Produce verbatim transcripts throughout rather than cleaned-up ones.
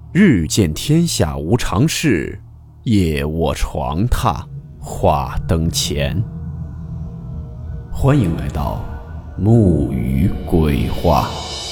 日见天下无常事，夜卧床榻话灯前。欢迎来到木鱼鬼话。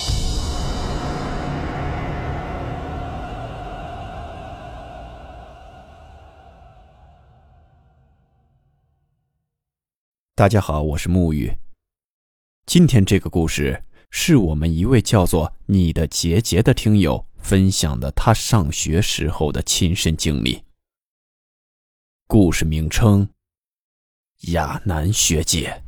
大家好，我是木鱼。今天这个故事是我们一位叫做你的杰杰的听友分享的他上学时候的亲身经历。故事名称：亚楠学姐。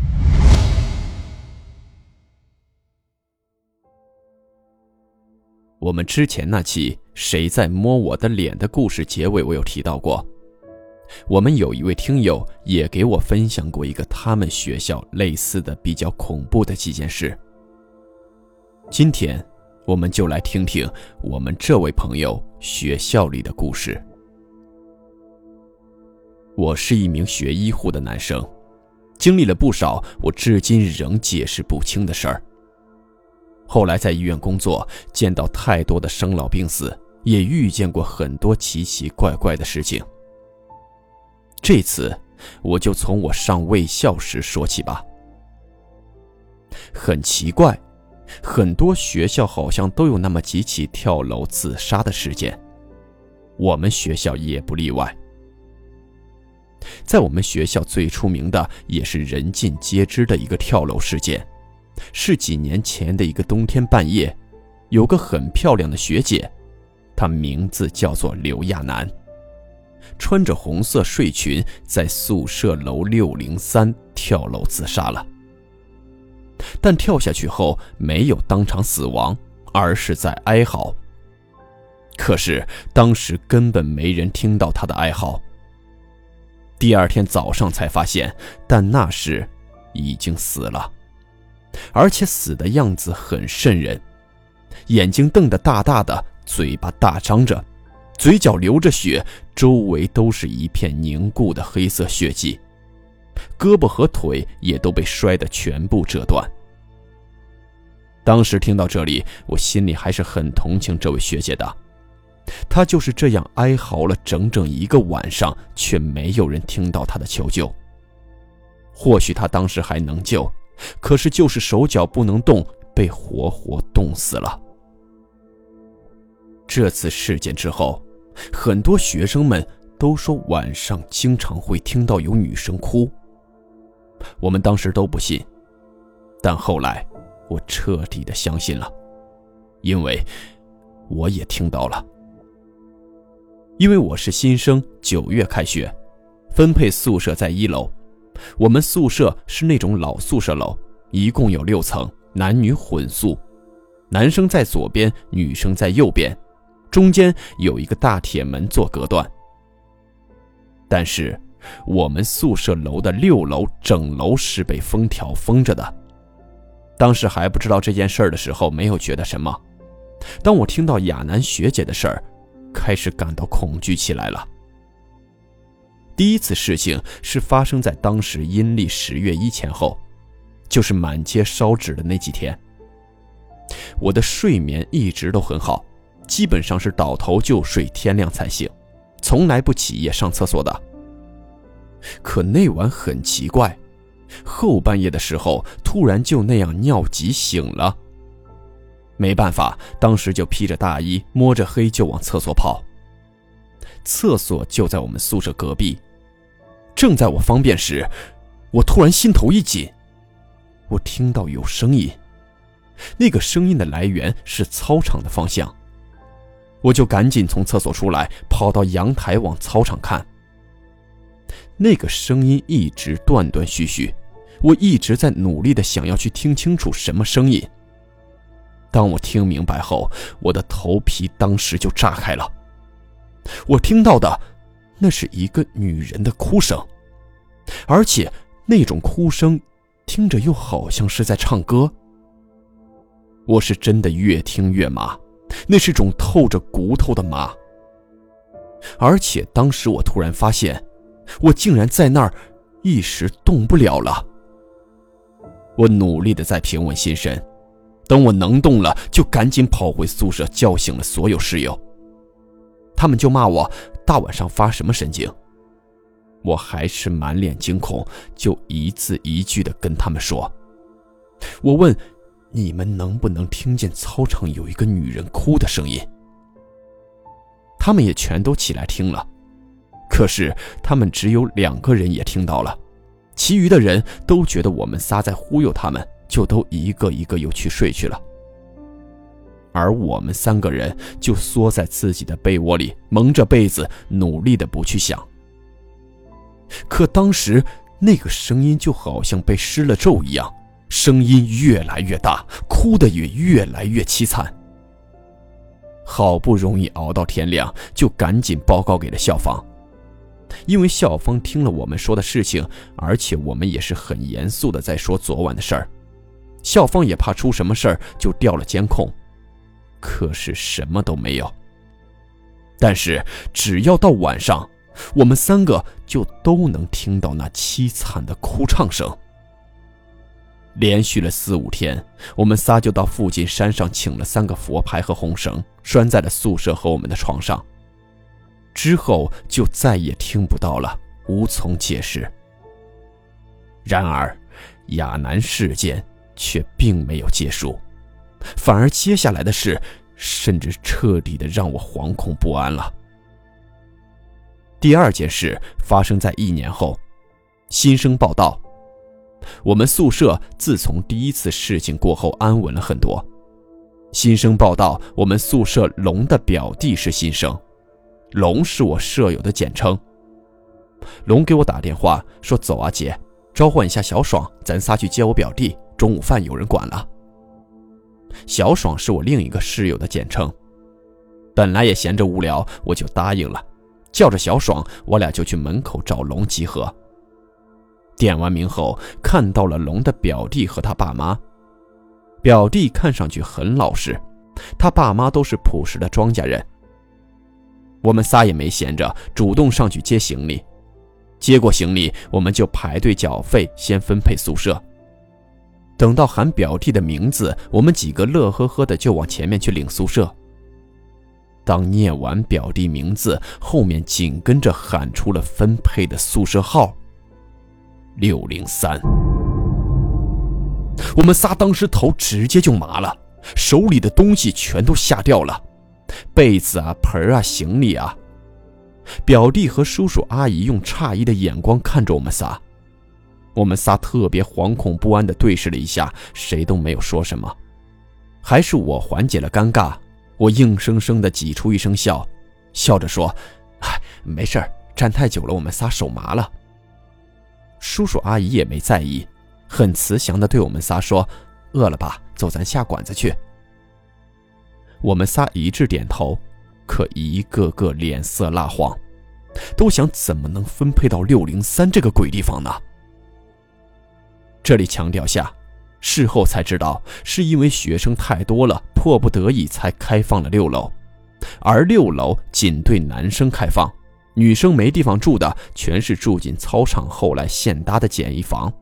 我们之前那期谁在摸我的脸的故事结尾我有提到过，我们有一位听友也给我分享过一个他们学校类似的比较恐怖的几件事。今天我们就来听听我们这位朋友学校里的故事。我是一名学医护的男生，经历了不少我至今仍解释不清的事儿。后来在医院工作，见到太多的生老病死，也遇见过很多奇奇怪怪的事情。这次我就从我上卫校时说起吧。很奇怪，很多学校好像都有那么几起跳楼自杀的事件，我们学校也不例外。在我们学校最出名的也是人尽皆知的一个跳楼事件，是几年前的一个冬天半夜，有个很漂亮的学姐，她名字叫做刘亚楠，穿着红色睡裙在宿舍楼六零三跳楼自杀了。但跳下去后没有当场死亡，而是在哀嚎。可是当时根本没人听到她的哀嚎。第二天早上才发现，但那时已经死了，而且死的样子很瘆人，眼睛瞪得大大的，嘴巴大张着，嘴角流着血，周围都是一片凝固的黑色血迹，胳膊和腿也都被摔得全部折断。当时听到这里，我心里还是很同情这位学姐的，她就是这样哀嚎了整整一个晚上，却没有人听到她的求救。或许她当时还能救，可是就是手脚不能动，被活活冻死了。这次事件之后，很多学生们都说晚上经常会听到有女生哭。我们当时都不信，但后来我彻底的相信了，因为我也听到了。因为我是新生，九月开学，分配宿舍在一楼。我们宿舍是那种老宿舍楼，一共有六层，男女混宿，男生在左边，女生在右边，中间有一个大铁门做隔断。但是我们宿舍楼的六楼整楼是被封条封着的。当时还不知道这件事儿的时候，没有觉得什么。当我听到亚楠学姐的事儿，开始感到恐惧起来了。第一次事情是发生在当时阴历十月一前后，就是满街烧纸的那几天。我的睡眠一直都很好，基本上是倒头就睡，天亮才醒，从来不起夜上厕所的。可那晚很奇怪，后半夜的时候突然就那样尿急醒了。没办法，当时就披着大衣，摸着黑就往厕所跑。厕所就在我们宿舍隔壁。正在我方便时，我突然心头一紧，我听到有声音，那个声音的来源是操场的方向。我就赶紧从厕所出来，跑到阳台往操场看。那个声音一直断断续续，我一直在努力的想要去听清楚什么声音。当我听明白后，我的头皮当时就炸开了。我听到的那是一个女人的哭声，而且那种哭声听着又好像是在唱歌。我是真的越听越麻，那是种透着骨头的麻。而且当时我突然发现，我竟然在那儿一时动不了了。我努力地在平稳心神，等我能动了，就赶紧跑回宿舍叫醒了所有室友， 他们就骂我大晚上发什么神经。我还是满脸惊恐，就一字一句地跟他们说。我问，你们能不能听见操场有一个女人哭的声音？他们也全都起来听了，可是他们只有两个人也听到了，其余的人都觉得我们仨在忽悠他们，就都一个一个又去睡去了。而我们三个人就缩在自己的被窝里，蒙着被子，努力的不去想。可当时那个声音就好像被施了咒一样，声音越来越大，哭得也越来越凄惨。好不容易熬到天亮，就赶紧报告给了校方。因为校方听了我们说的事情，而且我们也是很严肃的在说昨晚的事儿，校方也怕出什么事儿，就调了监控。可是什么都没有。但是只要到晚上，我们三个就都能听到那凄惨的哭唱声。连续了四五天，我们仨就到附近山上请了三个佛牌和红绳，拴在了宿舍和我们的床上。之后就再也听不到了，无从解释。然而亚楠事件却并没有结束，反而接下来的事甚至彻底的让我惶恐不安了。第二件事发生在一年后，新生报道，我们宿舍自从第一次事情过后安稳了很多。新生报道，我们宿舍龙的表弟是新生，龙是我舍友的简称。龙给我打电话说，走啊姐，召唤一下小爽，咱仨去接我表弟，中午饭有人管了。小爽是我另一个室友的简称，本来也闲着无聊，我就答应了，叫着小爽，我俩就去门口找龙集合。点完名后，看到了龙的表弟和他爸妈。表弟看上去很老实，他爸妈都是朴实的庄稼人。我们仨也没闲着，主动上去接行李。接过行李，我们就排队缴费，先分配宿舍。等到喊表弟的名字，我们几个乐呵呵的就往前面去领宿舍。当念完表弟名字，后面紧跟着喊出了分配的宿舍号六零三。我们仨当时头直接就麻了，手里的东西全都吓掉了，被子啊、盆啊、行李啊。表弟和叔叔阿姨用诧异的眼光看着我们仨，我们仨特别惶恐不安地对视了一下，谁都没有说什么。还是我缓解了尴尬，我硬生生地挤出一声笑，笑着说，哎，没事儿，站太久了，我们仨手麻了。叔叔阿姨也没在意，很慈祥地对我们仨说，饿了吧，走咱下馆子去。我们仨一致点头，可一个个脸色蜡黄，都想怎么能分配到六零三这个鬼地方呢？这里强调下，事后才知道是因为学生太多了，迫不得已才开放了六楼，而六楼仅对男生开放，女生没地方住的全是住进操场后来现搭的简易房。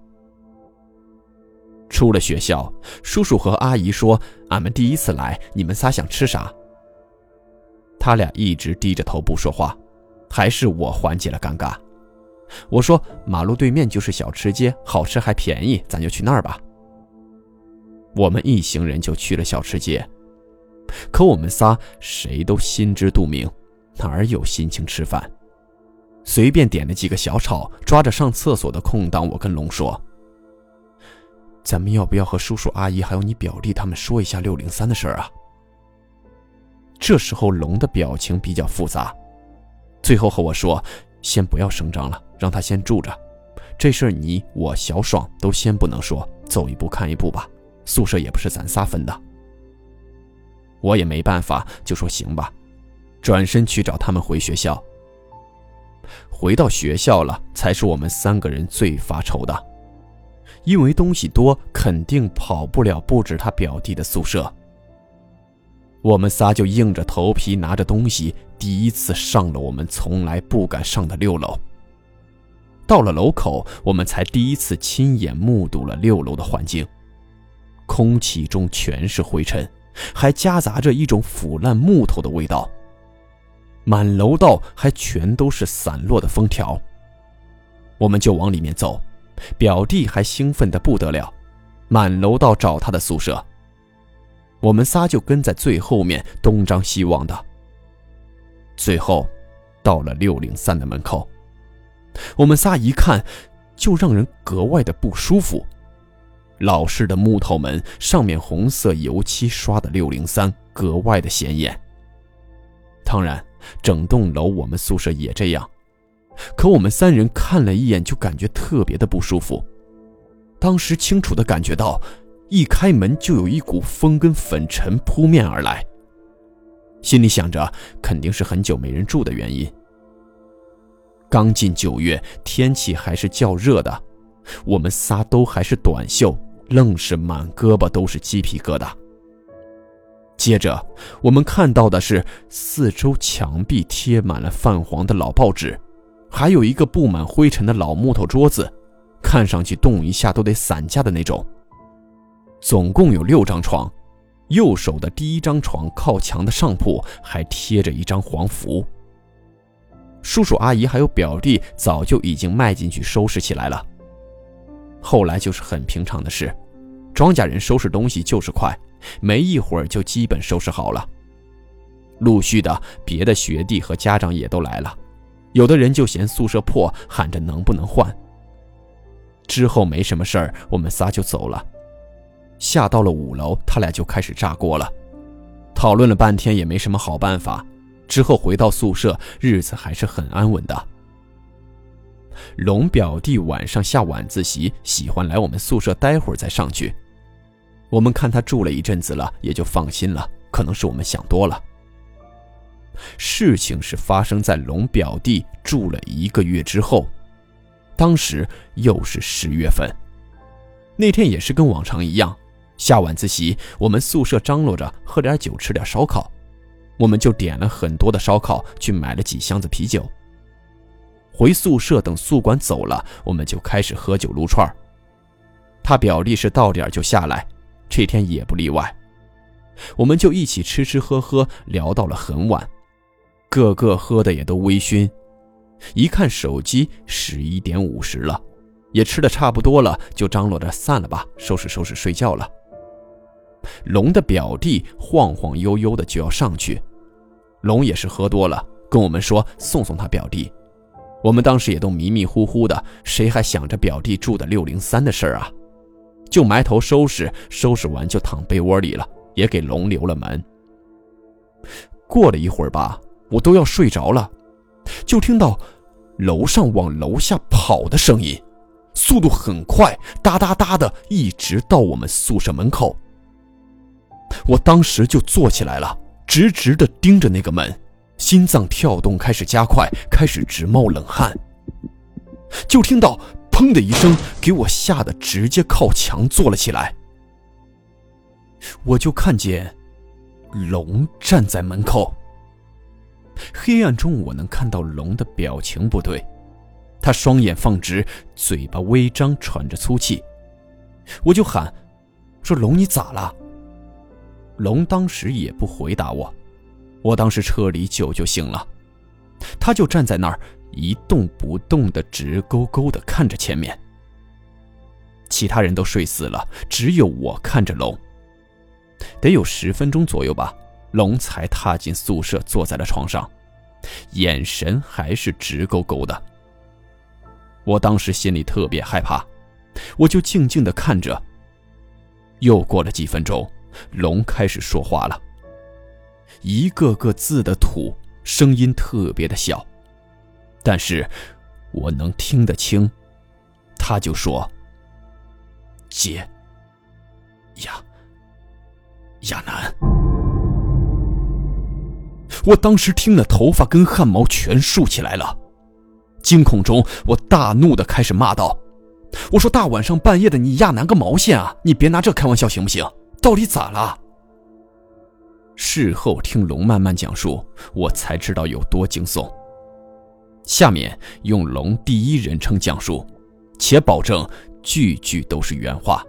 出了学校，叔叔和阿姨说，俺们第一次来，你们仨想吃啥？他俩一直低着头不说话，还是我缓解了尴尬。我说，马路对面就是小吃街，好吃还便宜，咱就去那儿吧。我们一行人就去了小吃街，可我们仨谁都心知肚明，哪有心情吃饭？随便点了几个小炒，抓着上厕所的空档，我跟龙说，咱们要不要和叔叔阿姨还有你表弟他们说一下六零三的事儿啊？这时候龙的表情比较复杂，最后和我说，先不要声张了，让他先住着，这事儿你我小爽都先不能说，走一步看一步吧，宿舍也不是咱仨分的。我也没办法，就说行吧，转身去找他们回学校。回到学校了，才是我们三个人最发愁的，因为东西多，肯定跑不了布置他表弟的宿舍。我们仨就硬着头皮拿着东西，第一次上了我们从来不敢上的六楼。到了楼口，我们才第一次亲眼目睹了六楼的环境，空气中全是灰尘，还夹杂着一种腐烂木头的味道。 满楼道还全都是散落的封条。我们就往里面走，表弟还兴奋得不得了，满楼道找他的宿舍。我们仨就跟在最后面东张西望的。最后到了六零三的门口，我们仨一看就让人格外的不舒服。老式的木头门，上面红色油漆刷的六零三格外的显眼。当然整栋楼我们宿舍也这样，可我们三人看了一眼就感觉特别的不舒服。当时清楚地感觉到一开门就有一股风跟粉尘扑面而来，心里想着肯定是很久没人住的原因。刚进九月，天气还是较热的，我们仨都还是短袖，愣是满胳膊都是鸡皮疙瘩。接着我们看到的是四周墙壁贴满了泛黄的老报纸，还有一个布满灰尘的老木头桌子，看上去动一下都得散架的那种。总共有六张床，右手的第一张床靠墙的上铺还贴着一张黄符。叔叔阿姨还有表弟早就已经迈进去收拾起来了。后来就是很平常的事，庄稼人收拾东西就是快，没一会儿就基本收拾好了。陆续的别的学弟和家长也都来了，有的人就嫌宿舍破，喊着能不能换。之后没什么事儿，我们仨就走了。下到了五楼，他俩就开始炸锅了，讨论了半天也没什么好办法。之后回到宿舍，日子还是很安稳的。龙表弟晚上下晚自习，喜欢来我们宿舍待会儿再上去。我们看他住了一阵子了，也就放心了，可能是我们想多了。事情是发生在龙表弟住了一个月之后，当时又是十月份。那天也是跟往常一样，下晚自习，我们宿舍张罗着喝点酒吃点烧烤，我们就点了很多的烧烤，去买了几箱子啤酒。回宿舍等宿管走了，我们就开始喝酒撸串。他表弟是到点就下来，这天也不例外。我们就一起吃吃喝喝，聊到了很晚，个个喝的也都微醺。一看手机，十一点五十了，也吃的差不多了，就张罗着散了吧，收拾收拾睡觉了。龙的表弟晃晃悠悠的就要上去，龙也是喝多了，跟我们说送送他表弟。我们当时也都迷迷糊糊的，谁还想着表弟住的六零三的事儿啊？就埋头收拾，收拾完就躺被窝里了，也给龙留了门。过了一会儿吧，我都要睡着了，就听到楼上往楼下跑的声音，速度很快，哒哒哒的，一直到我们宿舍门口。我当时就坐起来了，直直的盯着那个门，心脏跳动开始加快，开始直冒冷汗。就听到砰的一声，给我吓得直接靠墙坐了起来。我就看见龙站在门口，黑暗中我能看到龙的表情不对，他双眼放直，嘴巴微张，喘着粗气。我就喊说，龙你咋了？龙当时也不回答我，我当时车里酒就醒了，他就站在那儿一动不动的，直勾勾的看着前面。其他人都睡死了，只有我看着龙。得有十分钟左右吧，龙才踏进宿舍，坐在了床上，眼神还是直勾勾的。我当时心里特别害怕，我就静静地看着。又过了几分钟，龙开始说话了，一个个字的吐，声音特别的小，但是我能听得清。他就说：姐亚亚楠。我当时听了，头发跟汗毛全竖起来了。惊恐中，我大怒地开始骂道：我说大晚上半夜的，你亚楠个毛线啊，你别拿这开玩笑行不行？到底咋了？事后听龙慢慢讲述，我才知道有多惊悚。下面用龙第一人称讲述，且保证句句都是原话。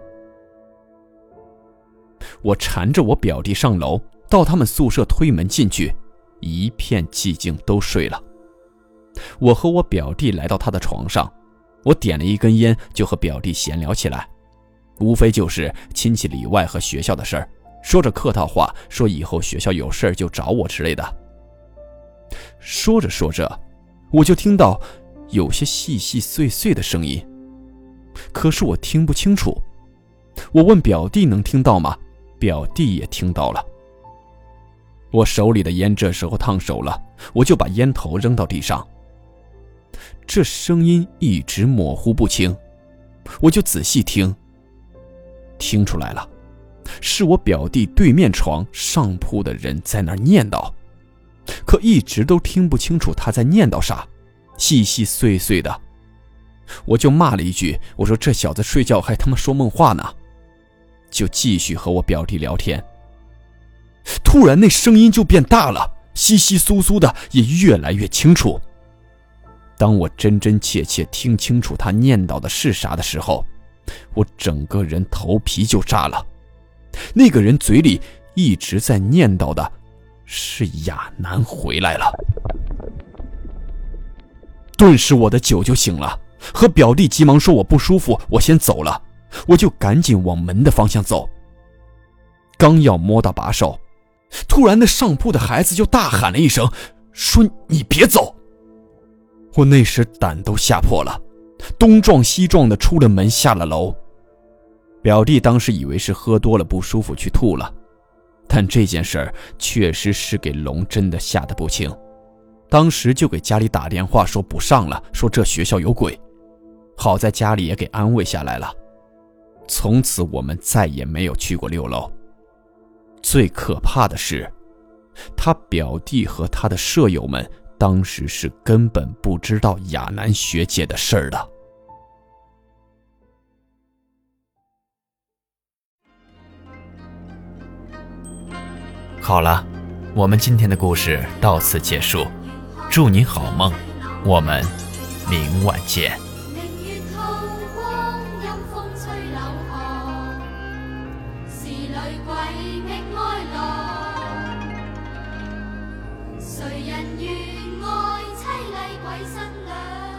我缠着我表弟上楼，到他们宿舍推门进去， 一片寂静，都睡了。我和我表弟来到他的床上，我点了一根烟，就和表弟闲聊起来，无非就是亲戚里外和学校的事儿，说着客套话，说以后学校有事儿就找我之类的。说着说着，我就听到有些细细碎碎的声音，可是我听不清楚。我问表弟能听到吗？表弟也听到了。我手里的烟这时候烫手了，我就把烟头扔到地上。这声音一直模糊不清，我就仔细听，听出来了，是我表弟对面床上铺的人在那儿念叨，可一直都听不清楚他在念叨啥，细细碎碎的。我就骂了一句，我说这小子睡觉还他妈说梦话呢，就继续和我表弟聊天。突然那声音就变大了，稀稀疏疏的，也越来越清楚。当我真真切切听清楚他念叨的是啥的时候，我整个人头皮就炸了。那个人嘴里一直在念叨的是亚楠回来了。顿时我的酒就醒了，和表弟急忙说我不舒服，我先走了。我就赶紧往门的方向走，刚要摸到把手，突然那上铺的孩子就大喊了一声，说你别走。我那时胆都吓破了，东撞西撞的出了门下了楼。表弟当时以为是喝多了不舒服去吐了，但这件事儿确实是给龙真的吓得不轻，当时就给家里打电话说不上了，说这学校有鬼。好在家里也给安慰下来了，从此我们再也没有去过六楼。最可怕的是，他表弟和他的舍友们当时是根本不知道亚楠学姐的事儿的。好了，我们今天的故事到此结束，祝您好梦，我们明晚见。 谁人愿爱凄厉鬼新娘？